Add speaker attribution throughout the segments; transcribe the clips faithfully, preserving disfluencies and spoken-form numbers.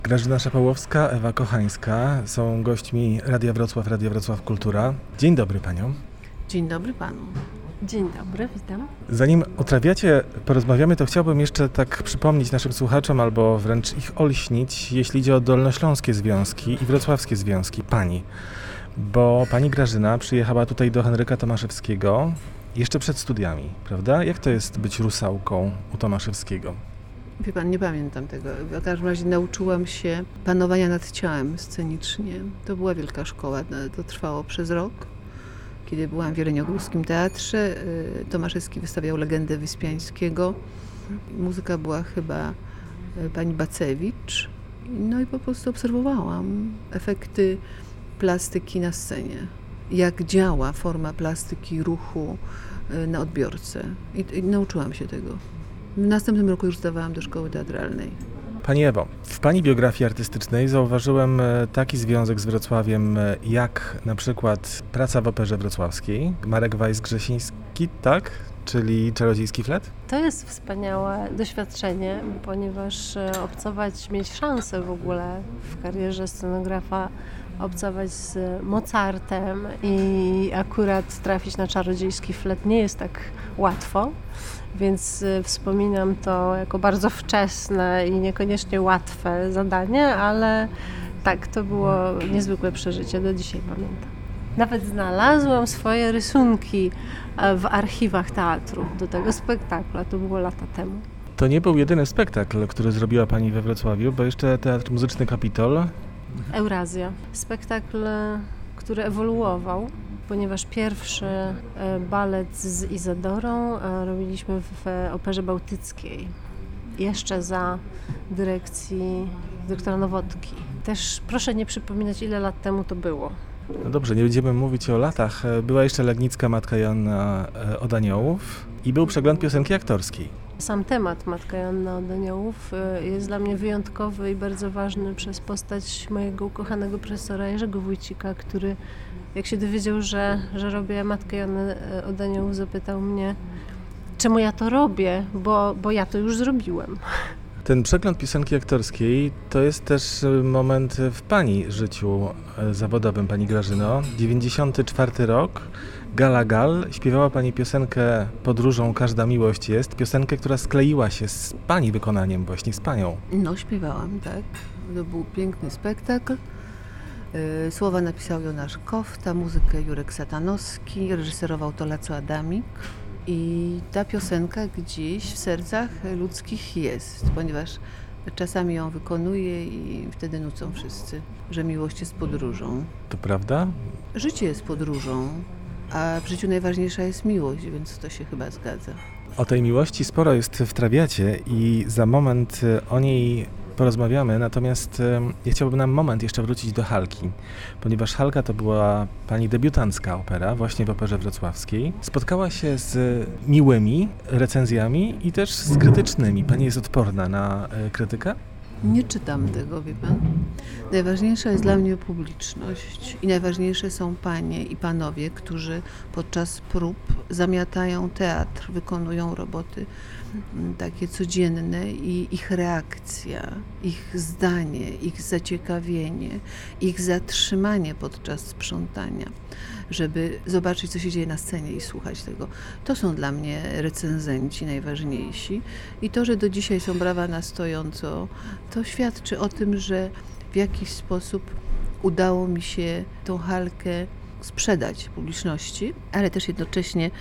Speaker 1: Grażyna Szapałowska, Ewa Kochańska są gośćmi Radia Wrocław, Radia Wrocław Kultura. Dzień dobry paniom.
Speaker 2: Dzień dobry panu.
Speaker 3: Dzień dobry, witam.
Speaker 1: Zanim o trawiacie porozmawiamy, to chciałbym jeszcze tak przypomnieć naszym słuchaczom albo wręcz ich olśnić, jeśli idzie o dolnośląskie związki i wrocławskie związki pani. Bo pani Grażyna przyjechała tutaj do Henryka Tomaszewskiego jeszcze przed studiami, prawda? Jak to jest być rusałką u Tomaszewskiego?
Speaker 2: Wie pan, nie pamiętam tego. W każdym razie nauczyłam się panowania nad ciałem scenicznie. To była wielka szkoła. To trwało przez rok. Kiedy byłam w Jeleniogórskim Teatrze, Tomaszewski wystawiał Legendę Wyspiańskiego. Muzyka była chyba pani Bacewicz. No i po prostu obserwowałam efekty plastyki na scenie. Jak działa forma plastyki ruchu na odbiorcę. I, i nauczyłam się tego. W następnym roku już zdawałam do szkoły teatralnej. Pani
Speaker 1: Ewo, w pani biografii artystycznej zauważyłem taki związek z Wrocławiem, jak na przykład praca w Operze Wrocławskiej. Marek Weiss-Grzesiński, tak? Czyli Czarodziejski flet?
Speaker 3: To jest wspaniałe doświadczenie, ponieważ obcować, mieć szansę w ogóle w karierze scenografa, obcować z Mozartem i akurat trafić na Czarodziejski flet nie jest tak łatwo, więc wspominam to jako bardzo wczesne i niekoniecznie łatwe zadanie, ale tak, to było niezwykłe przeżycie, do dzisiaj pamiętam. Nawet znalazłam swoje rysunki w archiwach teatru do tego spektakla, to było lata temu.
Speaker 1: To nie był jedyny spektakl, który zrobiła pani we Wrocławiu, bo jeszcze Teatr Muzyczny Kapitol.
Speaker 3: Eurazja. Spektakl, który ewoluował, ponieważ pierwszy balet z Izadorą robiliśmy w Operze Bałtyckiej, jeszcze za dyrekcji doktora Nowotki. Też proszę nie przypominać, ile lat temu to było.
Speaker 1: No dobrze, nie będziemy mówić o latach. Była jeszcze Legnicka Matka Joanna od Aniołów i był przegląd piosenki aktorskiej.
Speaker 3: Sam temat Matka Joanna od Aniołów jest dla mnie wyjątkowy i bardzo ważny przez postać mojego ukochanego profesora Jerzego Wójcika, który jak się dowiedział, że, że robię Matkę Joannę od Aniołów, zapytał mnie, czemu ja to robię, bo, bo ja to już zrobiłem.
Speaker 1: Ten przegląd piosenki aktorskiej to jest też moment w pani życiu zawodowym, pani Grażyno. dziewięćdziesiąty czwarty rok, Gala Gal. Śpiewała pani piosenkę Podróżą każda miłość jest. Piosenkę, która skleiła się z pani wykonaniem, właśnie z panią.
Speaker 2: No, śpiewałam, tak. To był piękny spektakl. Słowa napisał Jonasz Kofta, muzykę Jurek Satanowski, reżyserował to Laco Adamik. I ta piosenka gdzieś w sercach ludzkich jest, ponieważ czasami ją wykonuje i wtedy nucą wszyscy, że miłość jest podróżą.
Speaker 1: To prawda?
Speaker 2: Życie jest podróżą, a w życiu najważniejsza jest miłość, więc to się chyba zgadza.
Speaker 1: O tej miłości sporo jest w Trawiacie i za moment o niej porozmawiamy, natomiast ja chciałbym na moment jeszcze wrócić do Halki, ponieważ Halka to była pani debiutancka opera właśnie w Operze Wrocławskiej. Spotkała się z miłymi recenzjami i też z krytycznymi. Pani jest odporna na krytykę?
Speaker 2: Nie czytam tego, wie pan. Najważniejsza jest dla mnie publiczność i najważniejsze są panie i panowie, którzy podczas prób zamiatają teatr, wykonują roboty takie codzienne i ich reakcja, ich zdanie, ich zaciekawienie, ich zatrzymanie podczas sprzątania, żeby zobaczyć, co się dzieje na scenie i słuchać tego. To są dla mnie recenzenci najważniejsi i to, że do dzisiaj są brawa na stojąco, to świadczy o tym, że w jakiś sposób udało mi się tą Halkę sprzedać publiczności, ale też jednocześnie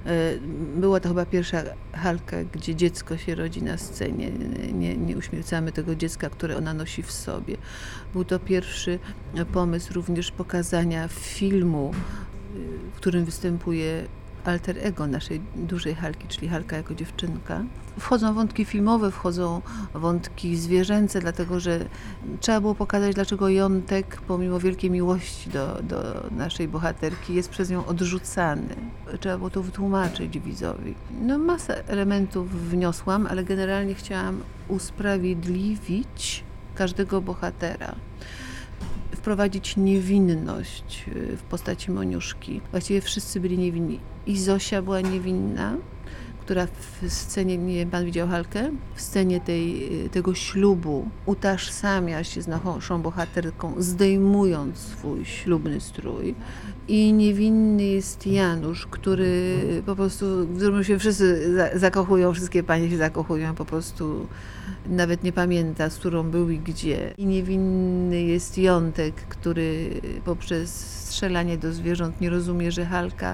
Speaker 2: była to chyba pierwsza Halka, gdzie dziecko się rodzi na scenie. Nie, nie uśmiercamy tego dziecka, które ona nosi w sobie. Był to pierwszy pomysł również pokazania filmu, w którym występuje alter ego naszej dużej Halki, czyli Halka jako dziewczynka. Wchodzą wątki filmowe, wchodzą wątki zwierzęce, dlatego że trzeba było pokazać, dlaczego Jątek, pomimo wielkiej miłości do, do naszej bohaterki, jest przez nią odrzucany. Trzeba było to wytłumaczyć widzowi. No masę elementów wniosłam, ale generalnie chciałam usprawiedliwić każdego bohatera. Wprowadzić niewinność w postaci Moniuszki. Właściwie wszyscy byli niewinni. I Zosia była niewinna, która w scenie, nie wiem, pan widział Halkę? W scenie tej, tego ślubu utożsamia się z naszą bohaterką, zdejmując swój ślubny strój. I niewinny jest Janusz, który po prostu, w którym się wszyscy zakochują, wszystkie panie się zakochują, po prostu nawet nie pamięta, z którą był i gdzie. I niewinny jest Jątek, który poprzez strzelanie do zwierząt nie rozumie, że Halka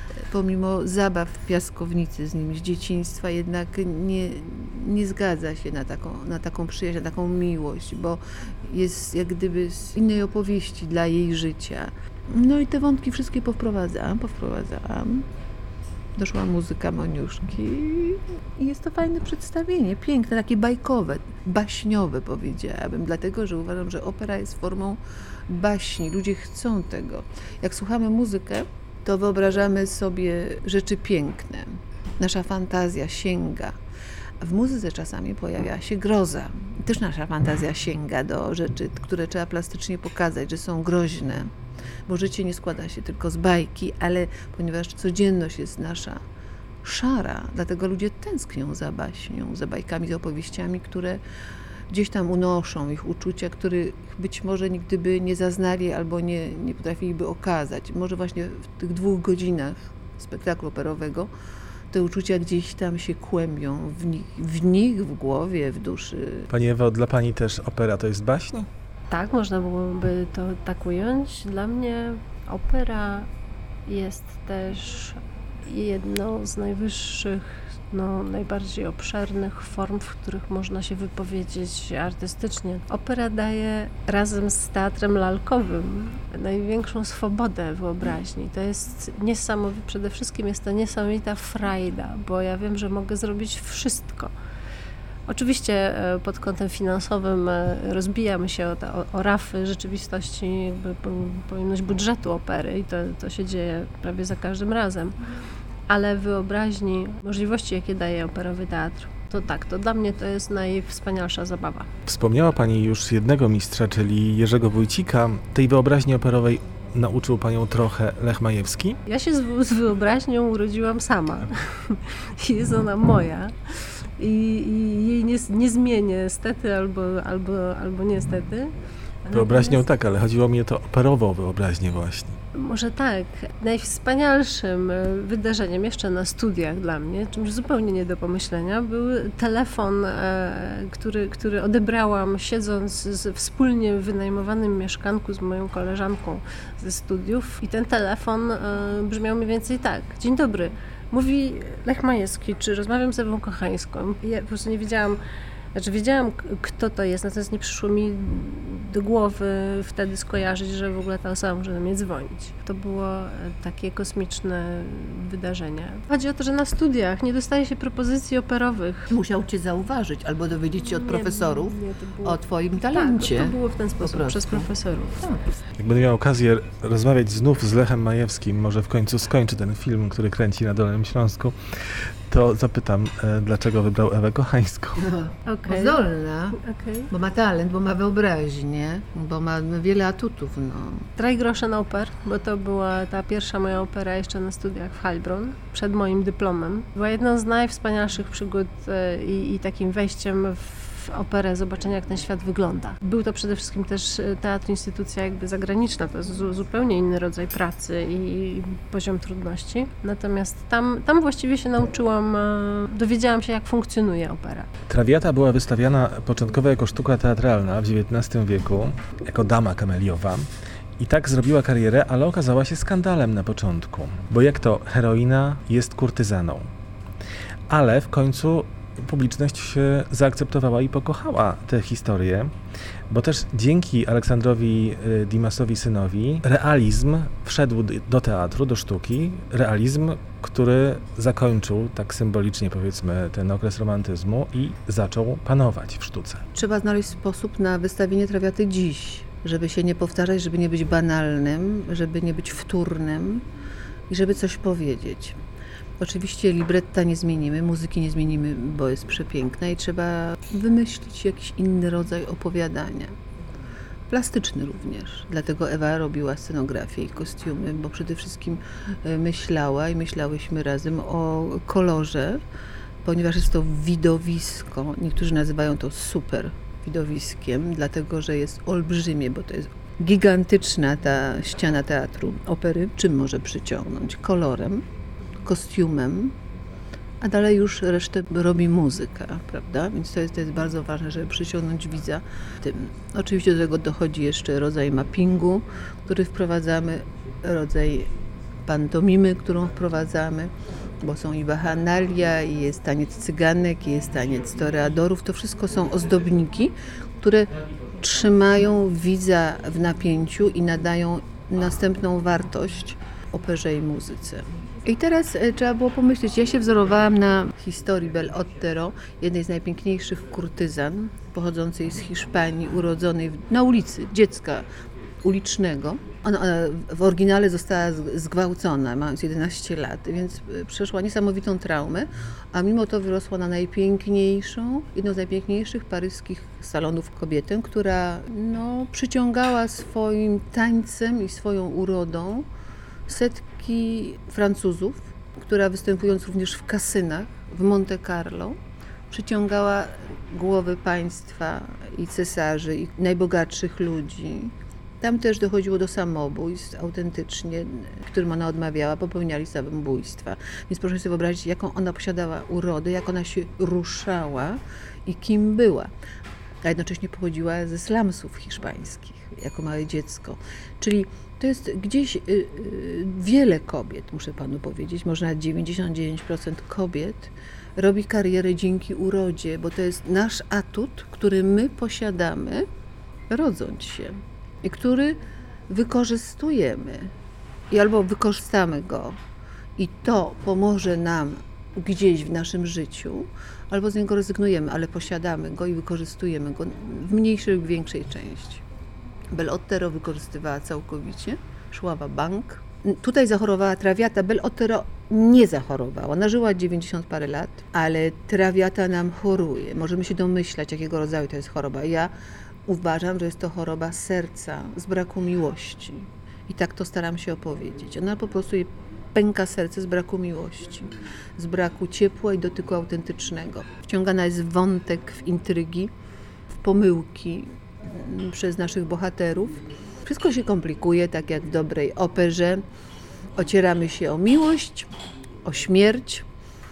Speaker 2: pomimo zabaw w piaskownicy z nim z dzieciństwa jednak nie, nie zgadza się na taką, na taką przyjaźń, na taką miłość, bo jest jak gdyby z innej opowieści dla jej życia. No i te wątki wszystkie powprowadzałam, powprowadzałam. Doszła muzyka Moniuszki i jest to fajne przedstawienie, piękne, takie bajkowe, baśniowe powiedziałabym, dlatego że uważam, że opera jest formą baśni. Ludzie chcą tego. Jak słuchamy muzykę, to wyobrażamy sobie rzeczy piękne. Nasza fantazja sięga. W muzyce czasami pojawia się groza. Też nasza fantazja sięga do rzeczy, które trzeba plastycznie pokazać, że są groźne. Bo życie nie składa się tylko z bajki, ale ponieważ codzienność jest nasza szara, dlatego ludzie tęsknią za baśnią, za bajkami, za opowieściami, które gdzieś tam unoszą ich uczucia, których być może nigdy by nie zaznali albo nie, nie potrafiliby okazać. Może właśnie w tych dwóch godzinach spektaklu operowego te uczucia gdzieś tam się kłębią w nich, w, nich, w głowie, w duszy.
Speaker 1: Pani Ewo, dla pani też opera to jest baśń?
Speaker 3: Tak, można byłoby to tak ująć. Dla mnie opera jest też jedną z najwyższych, no, najbardziej obszernych form, w których można się wypowiedzieć artystycznie. Opera daje razem z teatrem lalkowym największą swobodę wyobraźni. To jest niesamowite, przede wszystkim jest to niesamowita frajda, bo ja wiem, że mogę zrobić wszystko. Oczywiście pod kątem finansowym rozbijamy się o, o, o rafy rzeczywistości, jakby pojemność budżetu opery i to, to się dzieje prawie za każdym razem. Ale wyobraźni, możliwości, jakie daje operowy teatr, to tak, to dla mnie to jest najwspanialsza zabawa.
Speaker 1: Wspomniała pani już jednego mistrza, czyli Jerzego Wójcika. Tej wyobraźni operowej nauczył panią trochę Lech Majewski?
Speaker 3: Ja się z, z wyobraźnią urodziłam sama. Jest ona moja. I, i jej nie, nie zmienię, stety albo, albo, albo niestety.
Speaker 1: Wyobraźnią Natomiast... tak, ale chodziło mi o to operową wyobraźnię właśnie.
Speaker 3: Może tak. Najwspanialszym wydarzeniem jeszcze na studiach dla mnie, czymś zupełnie nie do pomyślenia, był telefon, który, który odebrałam siedząc z, wspólnie w wynajmowanym mieszkanku z moją koleżanką ze studiów i ten telefon brzmiał mniej więcej tak. Dzień dobry. Mówi Lech Majewski, czy rozmawiam z Ewą Kochańską. Ja po prostu nie wiedziałam, znaczy wiedziałam, kto to jest, natomiast nie przyszło mi do głowy wtedy skojarzyć, że w ogóle ta osoba może do mnie dzwonić. To było takie kosmiczne wydarzenie. Chodzi o to, że na studiach nie dostaje się propozycji operowych.
Speaker 2: Musiał cię zauważyć albo dowiedzieć się od
Speaker 3: nie,
Speaker 2: profesorów
Speaker 3: nie, było...
Speaker 2: o twoim talencie.
Speaker 3: Tak, to było w ten sposób, przez profesorów. Tak.
Speaker 1: Jak będę miał okazję rozmawiać znów z Lechem Majewskim, może w końcu skończy ten film, który kręci na Dolnym Śląsku, to zapytam, dlaczego wybrał Ewę Kochańską.
Speaker 2: No, okay. Zdolna, okay. Bo ma talent, bo ma wyobraźnię, bo ma wiele atutów. No.
Speaker 3: Drei Groschen Oper, bo to była ta pierwsza moja opera jeszcze na studiach w Heilbronn, przed moim dyplomem. Była jedną z najwspanialszych przygód i, i takim wejściem w operę, zobaczenia, jak ten świat wygląda. Był to przede wszystkim też teatr, instytucja jakby zagraniczna, to jest zupełnie inny rodzaj pracy i poziom trudności. Natomiast tam, tam właściwie się nauczyłam, dowiedziałam się, jak funkcjonuje opera.
Speaker 1: Trawiata była wystawiana początkowo jako sztuka teatralna w dziewiętnastym wieku, jako dama kameliowa. I tak zrobiła karierę, ale okazała się skandalem na początku, bo jak to heroina jest kurtyzaną. Ale w końcu publiczność zaakceptowała i pokochała tę historię, bo też dzięki Aleksandrowi Dimasowi synowi realizm wszedł do teatru, do sztuki, realizm, który zakończył, tak symbolicznie powiedzmy, ten okres romantyzmu i zaczął panować w sztuce.
Speaker 2: Trzeba znaleźć sposób na wystawienie Trawiaty dziś, żeby się nie powtarzać, żeby nie być banalnym, żeby nie być wtórnym i żeby coś powiedzieć. Oczywiście libretta nie zmienimy, muzyki nie zmienimy, bo jest przepiękna i trzeba wymyślić jakiś inny rodzaj opowiadania. plastyczny również. Dlatego Ewa robiła scenografię i kostiumy, bo przede wszystkim myślała i myślałyśmy razem o kolorze, ponieważ jest to widowisko. Niektórzy nazywają to super widowiskiem, dlatego że jest olbrzymie, bo to jest gigantyczna ta ściana teatru opery. Czym może przyciągnąć? Kolorem, kostiumem, a dalej już resztę robi muzyka, prawda? Więc to jest, to jest bardzo ważne, żeby przyciągnąć widza tym. Oczywiście do tego dochodzi jeszcze rodzaj mappingu, który wprowadzamy, rodzaj pantomimy, którą wprowadzamy, bo są i bachanalia, i jest taniec cyganek, i jest taniec toreadorów. To wszystko są ozdobniki, które trzymają widza w napięciu i nadają następną wartość operze i muzyce. I teraz e, trzeba było pomyśleć, ja się wzorowałam na historii Belle Otero, jednej z najpiękniejszych kurtyzan, pochodzącej z Hiszpanii, urodzonej w, na ulicy, dziecka ulicznego. Ona, ona w oryginale została zgwałcona, mając jedenaście lat, więc przeszła niesamowitą traumę, a mimo to wyrosła na najpiękniejszą, jedną z najpiękniejszych paryskich salonów kobietę, która no, przyciągała swoim tańcem i swoją urodą setki Francuzów, która występując również w kasynach w Monte Carlo, przyciągała głowy państwa i cesarzy i najbogatszych ludzi. Tam też dochodziło do samobójstw autentycznie, którym ona odmawiała, popełniali samobójstwa. Więc proszę sobie wyobrazić, jaką ona posiadała urodę, jak ona się ruszała i kim była. A jednocześnie pochodziła ze slumsów hiszpańskich, jako małe dziecko. Czyli to jest gdzieś y, y, wiele kobiet, muszę panu powiedzieć, może nawet dziewięćdziesiąt dziewięć procent kobiet robi karierę dzięki urodzie, bo to jest nasz atut, który my posiadamy, rodząc się i który wykorzystujemy i albo wykorzystamy go i to pomoże nam gdzieś w naszym życiu, albo z niego rezygnujemy, ale posiadamy go i wykorzystujemy go w mniejszej lub większej części. Belle Otero wykorzystywała całkowicie, szła w bank. Tutaj zachorowała Traviata, Belle Otero nie zachorowała. Ona żyła dziewięćdziesiąt parę lat, ale Traviata nam choruje. Możemy się domyślać, jakiego rodzaju to jest choroba. Ja uważam, że jest to choroba serca z braku miłości. I tak to staram się opowiedzieć. Ona po prostu jej pęka serce z braku miłości, z braku ciepła i dotyku autentycznego. Wciągana jest w wątek, w intrygi, w pomyłki przez naszych bohaterów. Wszystko się komplikuje, tak jak w dobrej operze. Ocieramy się o miłość, o śmierć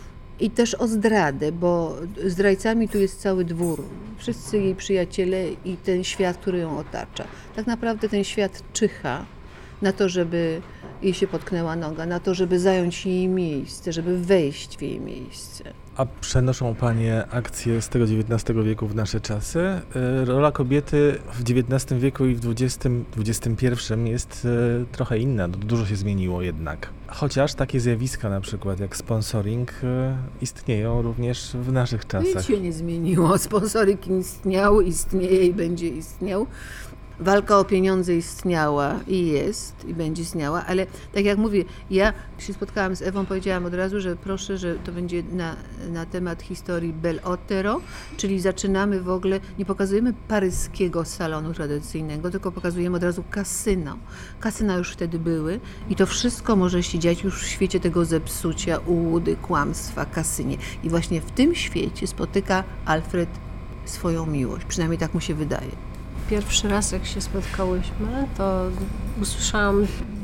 Speaker 2: i też o zdradę, bo zdrajcami tu jest cały dwór. Wszyscy jej przyjaciele i ten świat, który ją otacza. Tak naprawdę ten świat czyha na to, żeby jej się potknęła noga, na to, żeby zająć jej miejsce, żeby wejść w jej miejsce.
Speaker 1: A przenoszą panie akcje z tego dziewiętnastego wieku w nasze czasy. Rola kobiety w dziewiętnastym wieku i w dwudziestym, dwudziestym pierwszym jest trochę inna, dużo się zmieniło jednak. Chociaż takie zjawiska na przykład jak sponsoring istnieją również w naszych czasach.
Speaker 2: Nic się nie zmieniło. Sponsoring istniał, istnieje i będzie istniał. Walka o pieniądze istniała i jest i będzie istniała, ale tak jak mówię, ja się spotkałam z Ewą, powiedziałam od razu, że proszę, że to będzie na, na temat historii Belle Otero, czyli zaczynamy w ogóle, nie pokazujemy paryskiego salonu tradycyjnego, tylko pokazujemy od razu kasyno. Kasyna już wtedy były i to wszystko może się dziać już w świecie tego zepsucia, ułudy, kłamstwa, kasynie. I właśnie w tym świecie spotyka Alfred swoją miłość, przynajmniej tak mu się wydaje.
Speaker 3: Pierwszy raz, jak się spotkałyśmy, to usłyszałam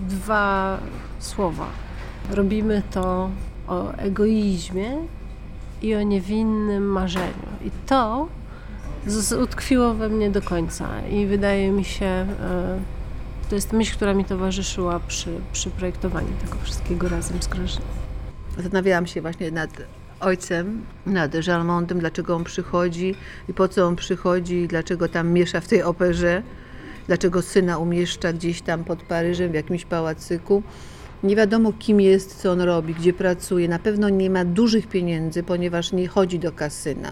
Speaker 3: dwa słowa. Robimy to o egoizmie i o niewinnym marzeniu. I to z- utkwiło we mnie do końca. I wydaje mi się, y, to jest myśl, która mi towarzyszyła przy, przy projektowaniu tego wszystkiego razem z Grażyną.
Speaker 2: Zastanawiałam się właśnie nad ojcem, nad Jalmondem, dlaczego on przychodzi i po co on przychodzi i dlaczego tam miesza w tej operze, dlaczego syna umieszcza gdzieś tam pod Paryżem w jakimś pałacyku. Nie wiadomo, kim jest, co on robi, gdzie pracuje. Na pewno nie ma dużych pieniędzy, ponieważ nie chodzi do kasyna.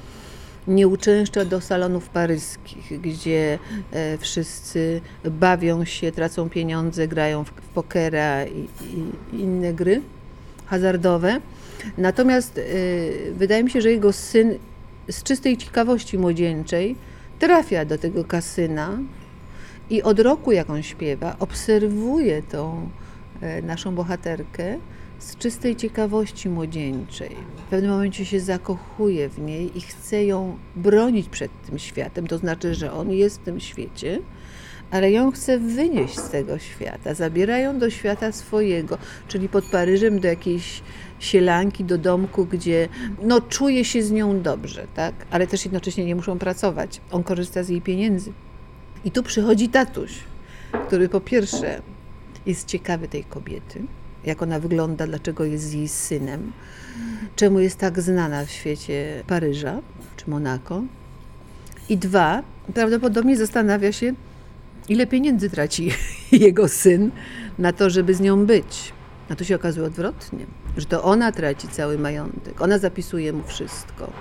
Speaker 2: Nie uczęszcza do salonów paryskich, gdzie e, wszyscy bawią się, tracą pieniądze, grają w, w pokera i, i inne gry hazardowe. Natomiast y, wydaje mi się, że jego syn z czystej ciekawości młodzieńczej trafia do tego kasyna I od roku, jak on śpiewa, obserwuje tą e, naszą bohaterkę z czystej ciekawości młodzieńczej. W pewnym momencie się zakochuje w niej i chce ją bronić przed tym światem, to znaczy, że on jest w tym świecie, ale ją chce wynieść z tego świata, zabiera ją do świata swojego, czyli pod Paryżem do jakiejś sielanki, do domku, gdzie no, czuje się z nią dobrze, tak? Ale też jednocześnie nie muszą pracować. On korzysta z jej pieniędzy. I tu przychodzi tatuś, który po pierwsze jest ciekawy tej kobiety, jak ona wygląda, dlaczego jest jej synem, czemu jest tak znana w świecie Paryża czy Monako. I dwa, prawdopodobnie zastanawia się, ile pieniędzy traci jego syn na to, żeby z nią być. A tu się okazuje odwrotnie, że to ona traci cały majątek, ona zapisuje mu wszystko.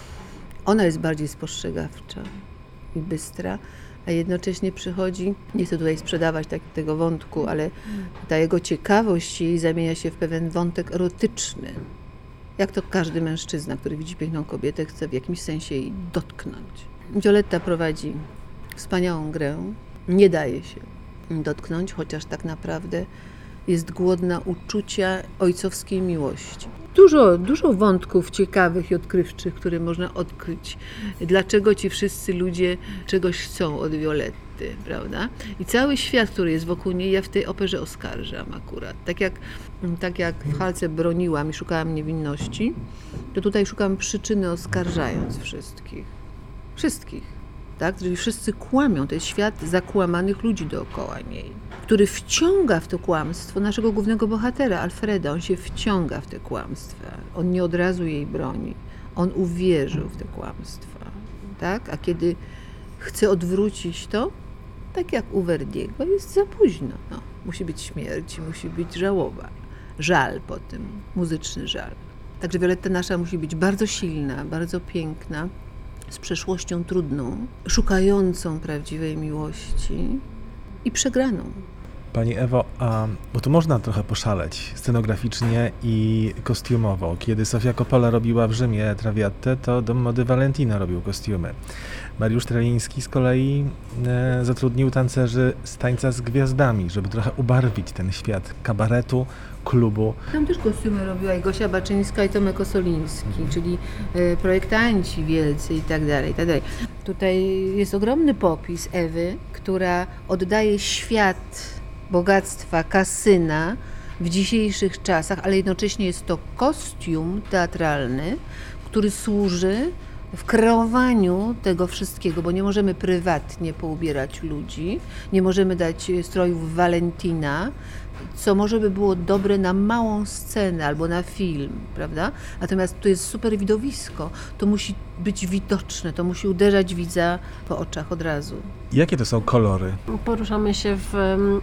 Speaker 2: Ona jest bardziej spostrzegawcza i bystra, a jednocześnie przychodzi, nie chcę tutaj sprzedawać tak, tego wątku, ale ta jego ciekawość jej zamienia się w pewien wątek erotyczny. Jak to każdy mężczyzna, który widzi piękną kobietę, chce w jakimś sensie jej dotknąć. Violetta prowadzi wspaniałą grę, nie daje się dotknąć, chociaż tak naprawdę jest głodna uczucia ojcowskiej miłości. Dużo, dużo wątków ciekawych i odkrywczych, które można odkryć. Dlaczego ci wszyscy ludzie czegoś chcą od Violetty, prawda? I cały świat, który jest wokół niej, ja w tej operze oskarżam akurat. Tak jak, tak jak w Halce broniłam i szukałam niewinności, to tutaj szukam przyczyny, oskarżając wszystkich. Wszystkich. Tak? Czyli wszyscy kłamią. To jest świat zakłamanych ludzi dookoła niej, który wciąga w to kłamstwo naszego głównego bohatera, Alfreda. On się wciąga w te kłamstwa. On nie od razu jej broni. On uwierzył w te kłamstwa. Tak? A kiedy chce odwrócić to, tak jak u Verdiego, jest za późno. No, musi być śmierć, musi być żałoba. Żal po tym, muzyczny żal. Także Violetta nasza musi być bardzo silna, bardzo piękna, z przeszłością trudną, szukającą prawdziwej miłości i przegraną.
Speaker 1: Pani Ewo, a, bo tu można trochę poszaleć scenograficznie i kostiumowo. Kiedy Sofia Coppola robiła w Rzymie Traviatę, to Dom Mody Valentino robił kostiumy. Mariusz Trawiński z kolei e, zatrudnił tancerzy z Tańca z Gwiazdami, żeby trochę ubarwić ten świat kabaretu, klubu.
Speaker 2: Tam też kostiumy robiła i Gosia Baczyńska i Tomek Osoliński, czyli e, projektanci wielcy i tak dalej, i tak dalej. Tutaj jest ogromny popis Ewy, która oddaje świat bogactwa kasyna w dzisiejszych czasach, ale jednocześnie jest to kostium teatralny, który służy w kreowaniu tego wszystkiego, bo nie możemy prywatnie poubierać ludzi, nie możemy dać strojów Valentina, co może by było dobre na małą scenę albo na film, prawda? Natomiast tu jest super widowisko, to musi być widoczne, to musi uderzać widza po oczach od razu.
Speaker 1: Jakie to są kolory?
Speaker 3: Poruszamy się w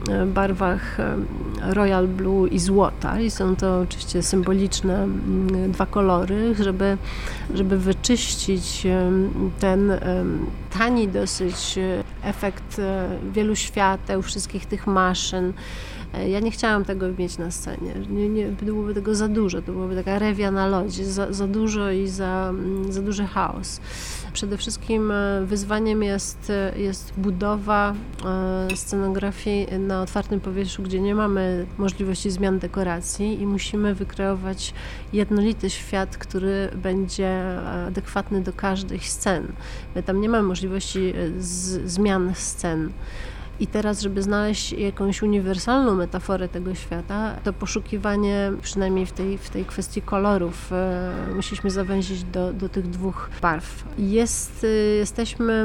Speaker 3: barwach Royal Blue i złota i są to oczywiście symboliczne dwa kolory, żeby, żeby wyczyścić ten tani dosyć efekt wielu świateł, wszystkich tych maszyn. Ja nie chciałam tego mieć na scenie, nie, nie, byłoby tego za dużo, to byłaby taka rewia na lodzie, za, za dużo i za, za duży chaos. Przede wszystkim wyzwaniem jest, jest budowa scenografii na otwartym powietrzu, gdzie nie mamy możliwości zmian dekoracji i musimy wykreować jednolity świat, który będzie adekwatny do każdej scen. My tam nie mamy możliwości z, zmian scen. I teraz, żeby znaleźć jakąś uniwersalną metaforę tego świata, to poszukiwanie, przynajmniej w tej, w tej kwestii kolorów, e, musieliśmy zawęzić do, do tych dwóch barw. Jest, e, jesteśmy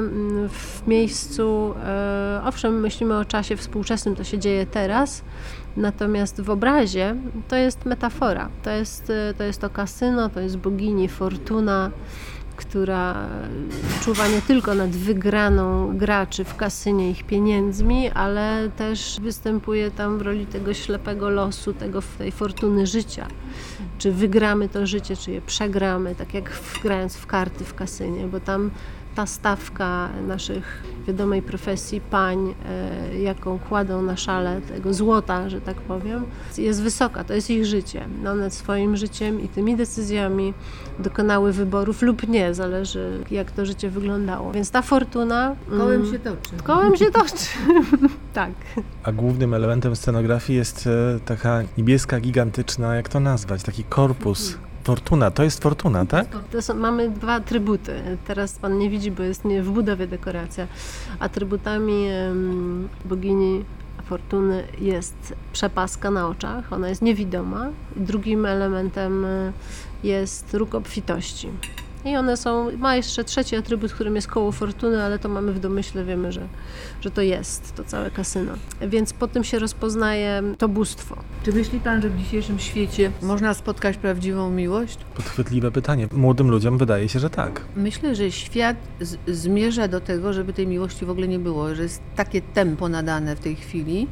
Speaker 3: w miejscu, e, owszem, myślimy o czasie współczesnym, to się dzieje teraz, natomiast w obrazie to jest metafora. To jest, to jest to kasyno, to jest bogini Fortuna, która czuwa nie tylko nad wygraną graczy w kasynie ich pieniędzmi, ale też występuje tam w roli tego ślepego losu, tego, tej fortuny życia. Czy wygramy to życie, czy je przegramy, tak jak grając w karty w kasynie, bo tam ta stawka naszych wiadomej profesji pań, e, jaką kładą na szale tego złota, że tak powiem, jest wysoka. To jest ich życie. One swoim życiem i tymi decyzjami dokonały wyborów lub nie, zależy jak to życie wyglądało. Więc ta fortuna...
Speaker 2: Kołem
Speaker 3: mm,
Speaker 2: się toczy.
Speaker 3: Kołem się toczy. Tak.
Speaker 1: A głównym elementem scenografii jest e, taka niebieska, gigantyczna, jak to nazwać, taki korpus. Fortuna, to jest fortuna, tak?
Speaker 3: To są, mamy dwa atrybuty. Teraz pan nie widzi, bo jest nie w budowie dekoracja. Atrybutami um, bogini Fortuny jest przepaska na oczach, ona jest niewidoma. Drugim elementem jest róg obfitości. I one są, ma jeszcze trzeci atrybut, którym jest koło fortuny, ale to mamy w domyśle, wiemy, że, że to jest to całe kasyno. Więc po tym się rozpoznaje to bóstwo.
Speaker 2: Czy myśli pan, że w dzisiejszym świecie można spotkać prawdziwą miłość?
Speaker 1: Podchwytliwe pytanie. Młodym ludziom wydaje się, że tak.
Speaker 2: Myślę, że świat z- zmierza do tego, żeby tej miłości w ogóle nie było, że jest takie tempo nadane w tej chwili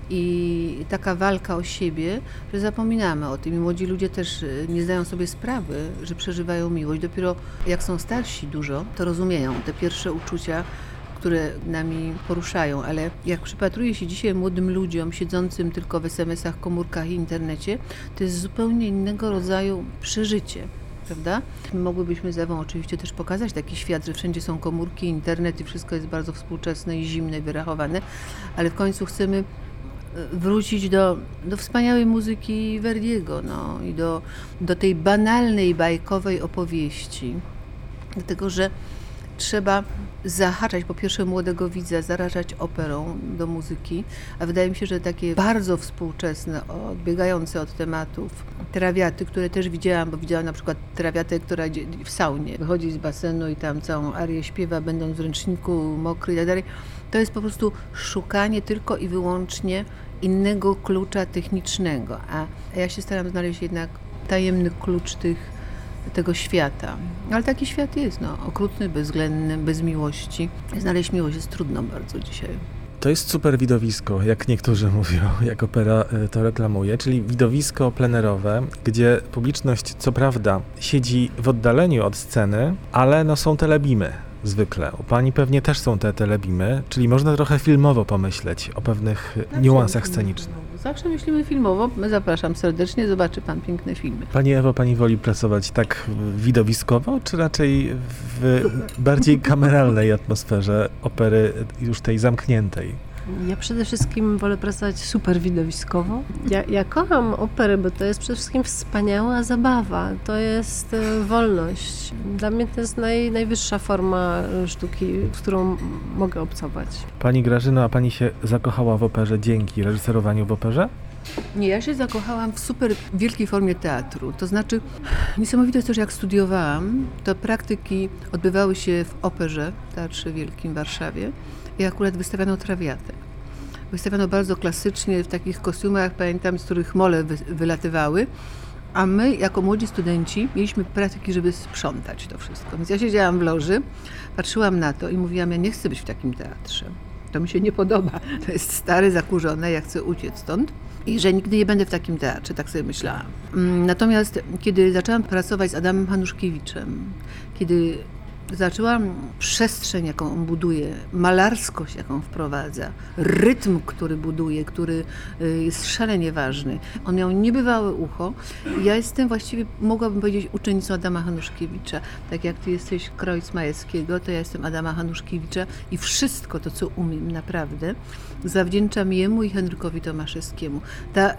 Speaker 2: i taka walka o siebie, że zapominamy o tym. I młodzi ludzie też nie zdają sobie sprawy, że przeżywają miłość. Dopiero jak są starsi dużo, to rozumieją te pierwsze uczucia, które nami poruszają, ale jak przypatruje się dzisiaj młodym ludziom siedzącym tylko w es em esach, komórkach i internecie, to jest zupełnie innego rodzaju przeżycie. Prawda? My mogłybyśmy z Ewą oczywiście też pokazać taki świat, że wszędzie są komórki, internet i wszystko jest bardzo współczesne i zimne i wyrachowane, ale w końcu chcemy wrócić do, do wspaniałej muzyki Verdiego, no, i do, do tej banalnej, bajkowej opowieści. Dlatego, że trzeba zahaczać po pierwsze młodego widza, zarażać operą do muzyki, a wydaje mi się, że takie bardzo współczesne, odbiegające od tematów trawiaty, które też widziałam, bo widziałam na przykład trawiatę, która w saunie wychodzi z basenu i tam całą arię śpiewa, będąc w ręczniku mokry i tak dalej. To jest po prostu szukanie tylko i wyłącznie innego klucza technicznego, a ja się staram znaleźć jednak tajemny klucz tych tego świata. Ale taki świat jest, no, okrutny, bezwzględny, bez miłości. Znaleźć miłość jest trudno bardzo dzisiaj.
Speaker 1: To jest super widowisko, jak niektórzy mówią, jak opera to reklamuje, czyli widowisko plenerowe, gdzie publiczność co prawda siedzi w oddaleniu od sceny, ale no są telebimy zwykle. U pani pewnie też są te telebimy, czyli można trochę filmowo pomyśleć o pewnych
Speaker 2: Zawsze
Speaker 1: niuansach
Speaker 2: myślimy
Speaker 1: scenicznych.
Speaker 2: filmowo. Zawsze myślimy filmowo. My zapraszam serdecznie, zobaczy pan piękne filmy.
Speaker 1: Pani Ewo, pani woli pracować tak widowiskowo, czy raczej w bardziej kameralnej atmosferze opery już tej zamkniętej?
Speaker 3: Ja przede wszystkim wolę pracować super widowiskowo. Ja, ja kocham operę, bo to jest przede wszystkim wspaniała zabawa. To jest e, wolność. Dla mnie to jest naj, najwyższa forma sztuki, z którą mogę obcować.
Speaker 1: Pani Grażyno, a pani się zakochała w operze dzięki reżyserowaniu w operze?
Speaker 2: Nie, ja się zakochałam w super wielkiej formie teatru. To znaczy, niesamowite jest to, że jak studiowałam, to praktyki odbywały się w operze, w Teatrze Wielkim w Warszawie i akurat wystawiano trawiatę. Wystawiano bardzo klasycznie, w takich kostiumach, pamiętam, z których mole wy, wylatywały, a my jako młodzi studenci mieliśmy praktyki, żeby sprzątać to wszystko. Więc ja siedziałam w loży, patrzyłam na to i mówiłam, ja nie chcę być w takim teatrze. To mi się nie podoba. To jest stare, zakurzone, ja chcę uciec stąd. I że nigdy nie będę w takim teatrze, tak sobie myślałam. Natomiast kiedy zaczęłam pracować z Adamem Hanuszkiewiczem, kiedy zaczęłam przestrzeń, jaką on buduje, malarskość, jaką wprowadza, rytm, który buduje, który jest szalenie ważny. On miał niebywałe ucho. Ja jestem właściwie, mogłabym powiedzieć, uczennicą Adama Hanuszkiewicza. Tak jak ty jesteś Kreuz Majewskiego, to ja jestem Adama Hanuszkiewicza i wszystko to, co umiem naprawdę, zawdzięczam jemu i Henrykowi Tomaszewskiemu. Ta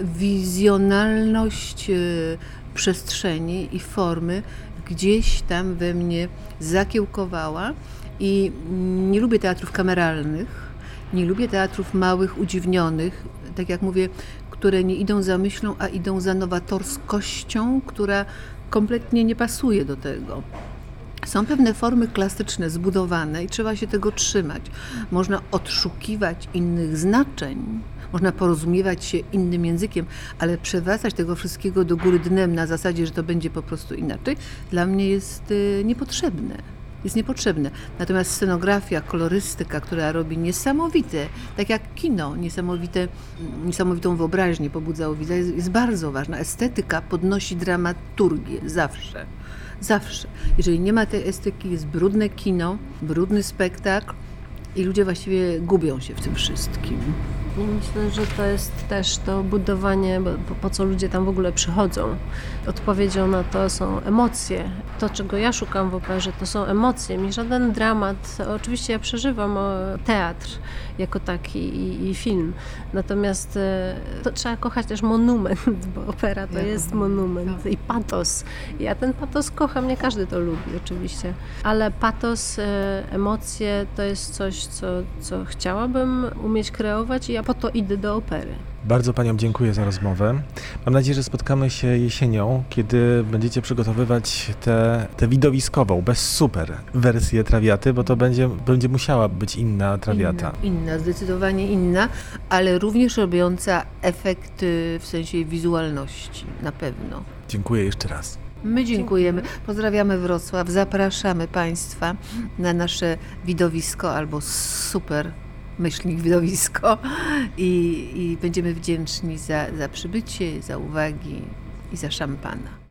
Speaker 2: wizjonalność przestrzeni i formy gdzieś tam we mnie zakiełkowała i nie lubię teatrów kameralnych, nie lubię teatrów małych, udziwnionych, tak jak mówię, które nie idą za myślą, a idą za nowatorskością, która kompletnie nie pasuje do tego. Są pewne formy klasyczne, zbudowane i trzeba się tego trzymać. Można odszukiwać innych znaczeń, można porozumiewać się innym językiem, ale przewracać tego wszystkiego do góry dnem na zasadzie, że to będzie po prostu inaczej, dla mnie jest y, niepotrzebne. Jest niepotrzebne. Natomiast scenografia, kolorystyka, która robi niesamowite, tak jak kino, niesamowite, niesamowitą wyobraźnię pobudza u widza, jest, jest bardzo ważna. Estetyka podnosi dramaturgię zawsze. Zawsze. Jeżeli nie ma tej estetyki, jest brudne kino, brudny spektakl i ludzie właściwie gubią się w tym wszystkim.
Speaker 3: I myślę, że to jest też to budowanie, bo, po, po co ludzie tam w ogóle przychodzą. Odpowiedzią na to są emocje. To, czego ja szukam w operze, to są emocje. Mi żaden dramat, oczywiście ja przeżywam teatr jako taki i, i film. Natomiast to trzeba kochać też monument, bo opera to jest monument i patos. Ja ten patos kocham, nie każdy to lubi oczywiście. Ale patos, emocje to jest coś, co, co chciałabym umieć kreować i ja po to idę do opery.
Speaker 1: Bardzo Paniom dziękuję za rozmowę. Mam nadzieję, że spotkamy się jesienią, kiedy będziecie przygotowywać tę widowiskową, bez super wersję Trawiaty, bo to będzie, będzie musiała być inna Trawiata.
Speaker 2: Inna, inna, zdecydowanie inna, ale również robiąca efekt w sensie wizualności, na pewno.
Speaker 1: Dziękuję jeszcze raz.
Speaker 2: My dziękujemy. Pozdrawiamy Wrocław. Zapraszamy Państwa na nasze widowisko albo super myślnik widowisko i, i będziemy wdzięczni za, za przybycie, za uwagi i za szampana.